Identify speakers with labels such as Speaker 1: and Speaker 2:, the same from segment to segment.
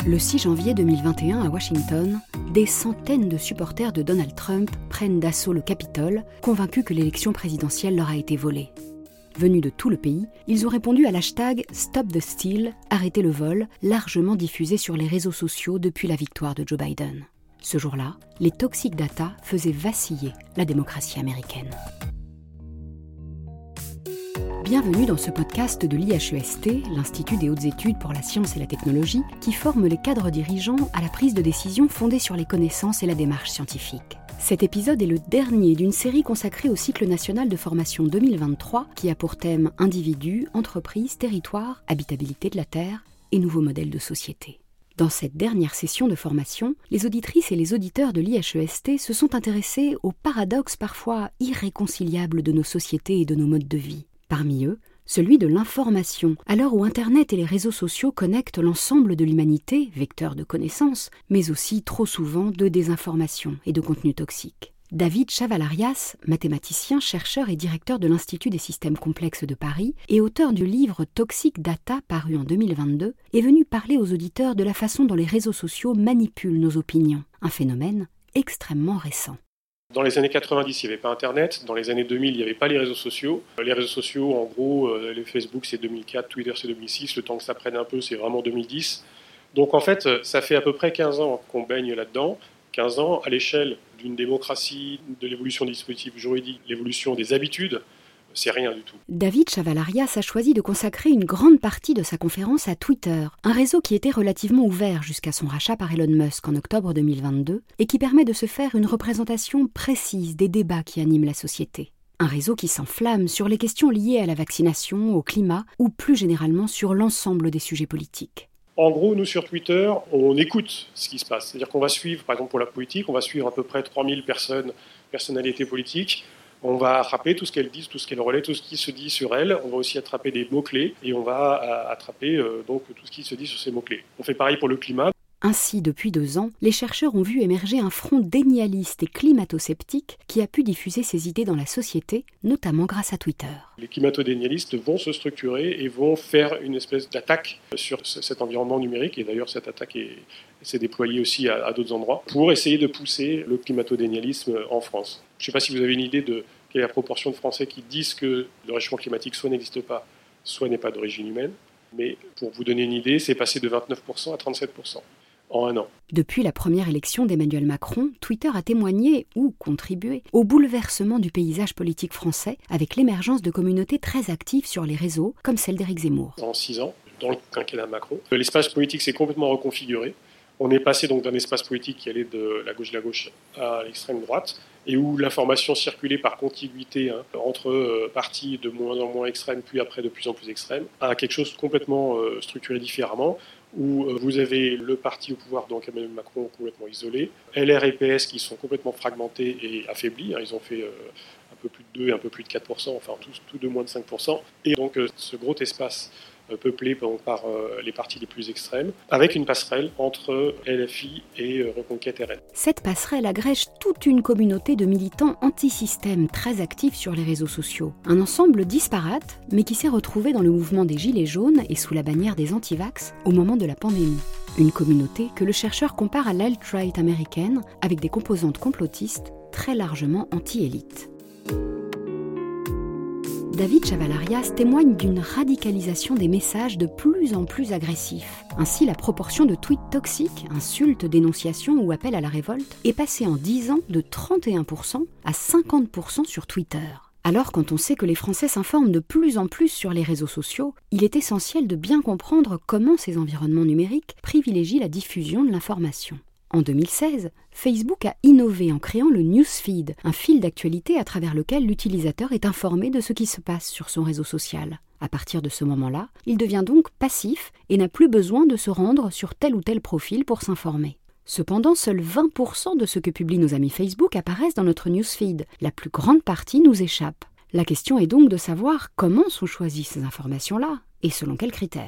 Speaker 1: Le 6 janvier 2021 à Washington, des centaines de supporters de Donald Trump prennent d'assaut le Capitole, convaincus que l'élection présidentielle leur a été volée. Venus de tout le pays, ils ont répondu à l'hashtag Stop the Steal, arrêtez le vol, largement diffusé sur les réseaux sociaux depuis la victoire de Joe Biden. Ce jour-là, les toxic data faisaient vaciller la démocratie américaine. Bienvenue dans ce podcast de l'IHEST, l'Institut des hautes études pour la science et la technologie, qui forme les cadres dirigeants à la prise de décision fondée sur les connaissances et la démarche scientifique. Cet épisode est le dernier d'une série consacrée au cycle national de formation 2023 qui a pour thème individus, entreprises, territoires, habitabilité de la Terre et nouveaux modèles de société. Dans cette dernière session de formation, les auditrices et les auditeurs de l'IHEST se sont intéressés aux paradoxes parfois irréconciliables de nos sociétés et de nos modes de vie. Parmi eux, celui de l'information, à l'heure où Internet et les réseaux sociaux connectent l'ensemble de l'humanité, vecteur de connaissances, mais aussi trop souvent de désinformation et de contenus toxiques. David Chavalarias, mathématicien, chercheur et directeur de l'Institut des systèmes complexes de Paris et auteur du livre Toxic Data paru en 2022, est venu parler aux auditeurs de la façon dont les réseaux sociaux manipulent nos opinions, un phénomène extrêmement récent.
Speaker 2: Dans les années 90, il n'y avait pas Internet. Dans les années 2000, il n'y avait pas les réseaux sociaux. Les réseaux sociaux, en gros, les Facebook, c'est 2004, Twitter, c'est 2006. Le temps que ça prenne un peu, c'est vraiment 2010. Donc, en fait, ça fait à peu près 15 ans qu'on baigne là-dedans. 15 ans à l'échelle d'une démocratie, de l'évolution des dispositifs juridiques, l'évolution des habitudes. C'est rien du tout.
Speaker 1: David Chavalarias a choisi de consacrer une grande partie de sa conférence à Twitter, un réseau qui était relativement ouvert jusqu'à son rachat par Elon Musk en octobre 2022 et qui permet de se faire une représentation précise des débats qui animent la société. Un réseau qui s'enflamme sur les questions liées à la vaccination, au climat ou plus généralement sur l'ensemble des sujets politiques.
Speaker 2: En gros, nous, sur Twitter, on écoute ce qui se passe. C'est-à-dire qu'on va suivre, par exemple pour la politique, on va suivre à peu près 3000 personnalités politiques. On va attraper tout ce qu'elles disent, tout ce qu'elles relaient, tout ce qui se dit sur elles. On va aussi attraper des mots-clés et on va attraper donc tout ce qui se dit sur ces mots-clés. On fait pareil pour le climat.
Speaker 1: Ainsi, depuis 2 ans, les chercheurs ont vu émerger un front dénialiste et climato-sceptique qui a pu diffuser ses idées dans la société, notamment grâce à Twitter.
Speaker 2: Les climato-dénialistes vont se structurer et vont faire une espèce d'attaque sur cet environnement numérique. Et d'ailleurs, cette attaque s'est déployée aussi à d'autres endroits pour essayer de pousser le climato-dénialisme en France. Je ne sais pas si vous avez une idée de quelle est la proportion de Français qui disent que le réchauffement climatique soit n'existe pas, soit n'est pas d'origine humaine. Mais pour vous donner une idée, c'est passé de 29% à 37% en un an.
Speaker 1: Depuis la première élection d'Emmanuel Macron, Twitter a témoigné ou contribué au bouleversement du paysage politique français avec l'émergence de communautés très actives sur les réseaux, comme celle d'Éric Zemmour.
Speaker 2: En 6 ans, dans le quinquennat Macron, l'espace politique s'est complètement reconfiguré. On est passé donc d'un espace politique qui allait de la gauche à l'extrême droite et où l'information circulait par contiguïté entre partis de moins en moins extrêmes, puis après de plus en plus extrêmes, à quelque chose complètement structuré différemment, où vous avez le parti au pouvoir, donc Emmanuel Macron, complètement isolé, LR et PS qui sont complètement fragmentés et affaiblis, ils ont fait un peu plus de 2 et un peu plus de 4%, enfin tous de moins de 5%, et donc ce gros espace peuplé par les partis les plus extrêmes, avec une passerelle entre LFI et Reconquête RN.
Speaker 1: Cette passerelle agrège toute une communauté de militants anti-système très actifs sur les réseaux sociaux. Un ensemble disparate, mais qui s'est retrouvé dans le mouvement des Gilets jaunes et sous la bannière des anti-vax au moment de la pandémie. Une communauté que le chercheur compare à l'alt-right américaine, avec des composantes complotistes très largement anti-élite. David Chavalarias témoigne d'une radicalisation des messages de plus en plus agressifs. Ainsi, la proportion de tweets toxiques, insultes, dénonciations ou appels à la révolte est passée en 10 ans de 31% à 50% sur Twitter. Alors, quand on sait que les Français s'informent de plus en plus sur les réseaux sociaux, il est essentiel de bien comprendre comment ces environnements numériques privilégient la diffusion de l'information. En 2016, Facebook a innové en créant le newsfeed, un fil d'actualité à travers lequel l'utilisateur est informé de ce qui se passe sur son réseau social. À partir de ce moment-là, il devient donc passif et n'a plus besoin de se rendre sur tel ou tel profil pour s'informer. Cependant, seuls 20% de ce que publient nos amis Facebook apparaissent dans notre newsfeed. La plus grande partie nous échappe. La question est donc de savoir comment sont choisies ces informations-là et selon quels critères.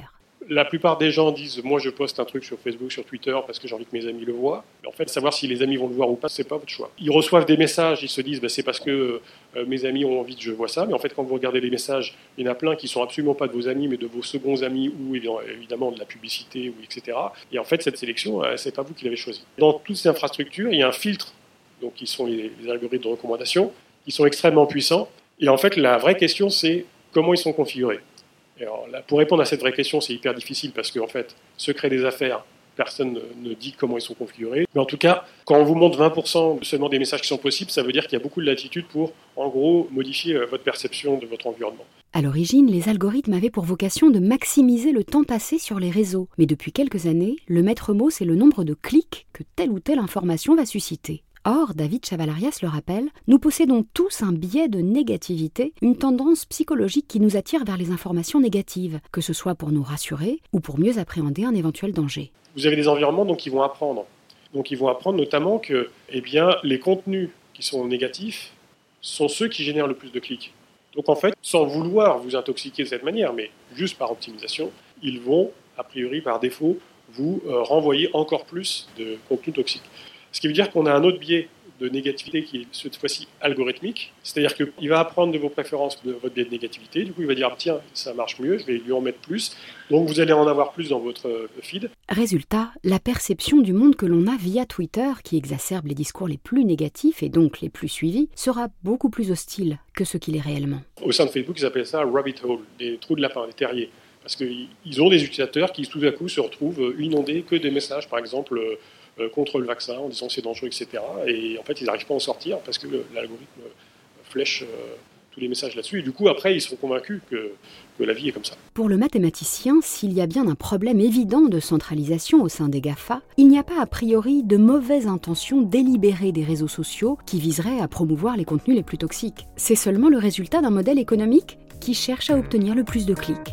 Speaker 2: La plupart des gens disent « moi je poste un truc sur Facebook, sur Twitter parce que j'ai envie que mes amis le voient ». Mais en fait, savoir si les amis vont le voir ou pas, c'est pas votre choix. Ils reçoivent des messages, ils se disent c'est parce que mes amis ont envie que je vois ça. Mais en fait, quand vous regardez les messages, il y en a plein qui sont absolument pas de vos amis, mais de vos seconds amis ou évidemment de la publicité, etc. Et en fait, cette sélection, c'est pas vous qui l'avez choisie. Dans toutes ces infrastructures, il y a un filtre, donc qui sont les algorithmes de recommandation, qui sont extrêmement puissants. Et en fait, la vraie question, c'est comment ils sont configurés. Alors, là, pour répondre à cette vraie question, c'est hyper difficile parce qu'en fait, secret des affaires, personne ne dit comment ils sont configurés. Mais en tout cas, quand on vous montre 20% seulement des messages qui sont possibles, ça veut dire qu'il y a beaucoup de latitude pour, en gros, modifier votre perception de votre environnement.
Speaker 1: À l'origine, les algorithmes avaient pour vocation de maximiser le temps passé sur les réseaux. Mais depuis quelques années, le maître mot, c'est le nombre de clics que telle ou telle information va susciter. Or, David Chavalarias le rappelle, nous possédons tous un biais de négativité, une tendance psychologique qui nous attire vers les informations négatives, que ce soit pour nous rassurer ou pour mieux appréhender un éventuel danger.
Speaker 2: Vous avez des environnements donc, qui vont apprendre. Donc ils vont apprendre notamment que les contenus qui sont négatifs sont ceux qui génèrent le plus de clics. Donc en fait, sans vouloir vous intoxiquer de cette manière, mais juste par optimisation, ils vont, a priori par défaut, vous renvoyer encore plus de contenu toxique. Ce qui veut dire qu'on a un autre biais de négativité qui est cette fois-ci algorithmique, c'est-à-dire qu'il va apprendre de vos préférences de votre biais de négativité, du coup il va dire tiens, ça marche mieux, je vais lui en mettre plus, donc vous allez en avoir plus dans votre feed.
Speaker 1: Résultat, la perception du monde que l'on a via Twitter, qui exacerbe les discours les plus négatifs et donc les plus suivis, sera beaucoup plus hostile que ce qu'il est réellement.
Speaker 2: Au sein de Facebook, ils appellent ça rabbit hole, des trous de lapin, des terriers, parce qu'ils ont des utilisateurs qui tout à coup se retrouvent inondés que des messages, par exemple contre le vaccin, en disant c'est dangereux, etc. Et en fait, ils n'arrivent pas à en sortir parce que l'algorithme flèche tous les messages là-dessus. Et du coup, après, ils seront convaincus que la vie est comme ça.
Speaker 1: Pour le mathématicien, s'il y a bien un problème évident de centralisation au sein des GAFA, il n'y a pas a priori de mauvaises intentions délibérées des réseaux sociaux qui viseraient à promouvoir les contenus les plus toxiques. C'est seulement le résultat d'un modèle économique qui cherche à obtenir le plus de clics.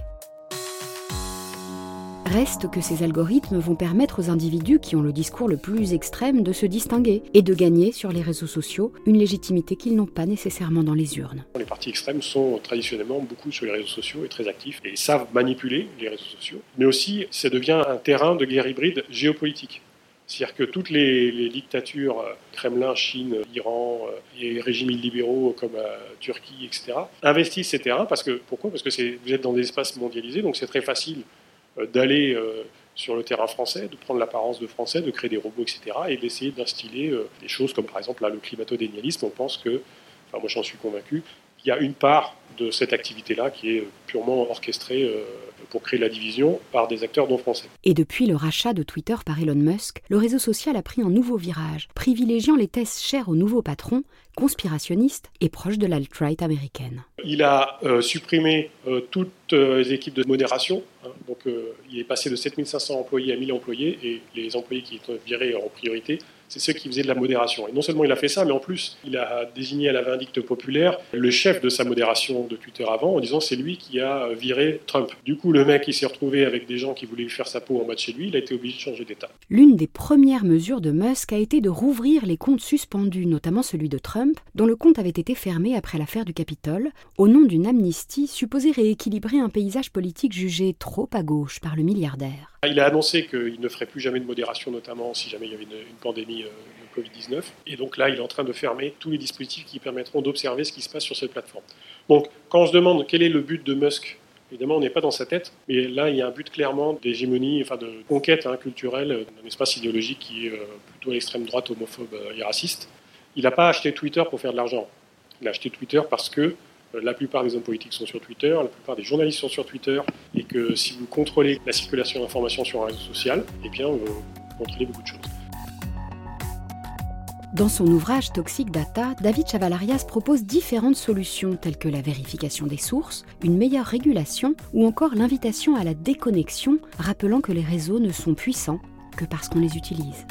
Speaker 1: Reste que ces algorithmes vont permettre aux individus qui ont le discours le plus extrême de se distinguer et de gagner sur les réseaux sociaux une légitimité qu'ils n'ont pas nécessairement dans les urnes.
Speaker 2: Les partis extrêmes sont traditionnellement beaucoup sur les réseaux sociaux et très actifs et savent manipuler les réseaux sociaux. Mais aussi, ça devient un terrain de guerre hybride géopolitique. C'est-à-dire que toutes les dictatures, Kremlin, Chine, Iran, et régimes illibéraux comme Turquie, etc., investissent ces terrains. Pourquoi ? Parce que vous êtes dans des espaces mondialisés, donc c'est très facile d'aller sur le terrain français, de prendre l'apparence de français, de créer des robots, etc., et d'essayer d'instiller des choses comme par exemple là, le climato-dénialisme. On pense que, moi j'en suis convaincu, qu'il y a une part de cette activité-là qui est purement orchestrée pour créer la division par des acteurs non français.
Speaker 1: Et depuis le rachat de Twitter par Elon Musk, le réseau social a pris un nouveau virage, privilégiant les thèses chères au nouveau patron, conspirationniste et proche de l'alt-right américaine.
Speaker 2: Il a supprimé toutes les équipes de modération. Donc, il est passé de 7500 employés à 1000 employés, et les employés qui étaient virés en priorité, c'est ceux qui faisaient de la modération. Et non seulement il a fait ça, mais en plus, il a désigné à la vindicte populaire le chef de sa modération de Twitter avant, en disant c'est lui qui a viré Trump. Du coup, le mec, il s'est retrouvé avec des gens qui voulaient lui faire sa peau en bas de chez lui, il a été obligé de changer d'état.
Speaker 1: L'une des premières mesures de Musk a été de rouvrir les comptes suspendus, notamment celui de Trump, dont le compte avait été fermé après l'affaire du Capitole, au nom d'une amnistie supposée rééquilibrer un paysage politique jugé trop à gauche par le milliardaire.
Speaker 2: Il a annoncé qu'il ne ferait plus jamais de modération, notamment si jamais il y avait une pandémie de Covid-19. Et donc là, il est en train de fermer tous les dispositifs qui permettront d'observer ce qui se passe sur cette plateforme. Donc, quand on se demande quel est le but de Musk, évidemment, on n'est pas dans sa tête, mais là, il y a un but clairement d'hégémonie, de conquête culturelle d'un espace idéologique qui est plutôt à l'extrême droite, homophobe et raciste. Il n'a pas acheté Twitter pour faire de l'argent. Il a acheté Twitter parce que la plupart des hommes politiques sont sur Twitter, la plupart des journalistes sont sur Twitter, et que si vous contrôlez la circulation d'informations sur un réseau social, eh bien, vous contrôlez beaucoup de choses.
Speaker 1: Dans son ouvrage Toxic Data, David Chavalarias propose différentes solutions telles que la vérification des sources, une meilleure régulation ou encore l'invitation à la déconnexion, rappelant que les réseaux ne sont puissants que parce qu'on les utilise.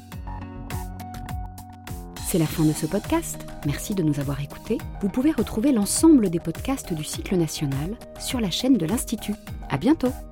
Speaker 1: C'est la fin de ce podcast. Merci de nous avoir écoutés. Vous pouvez retrouver l'ensemble des podcasts du cycle national sur la chaîne de l'Institut. À bientôt!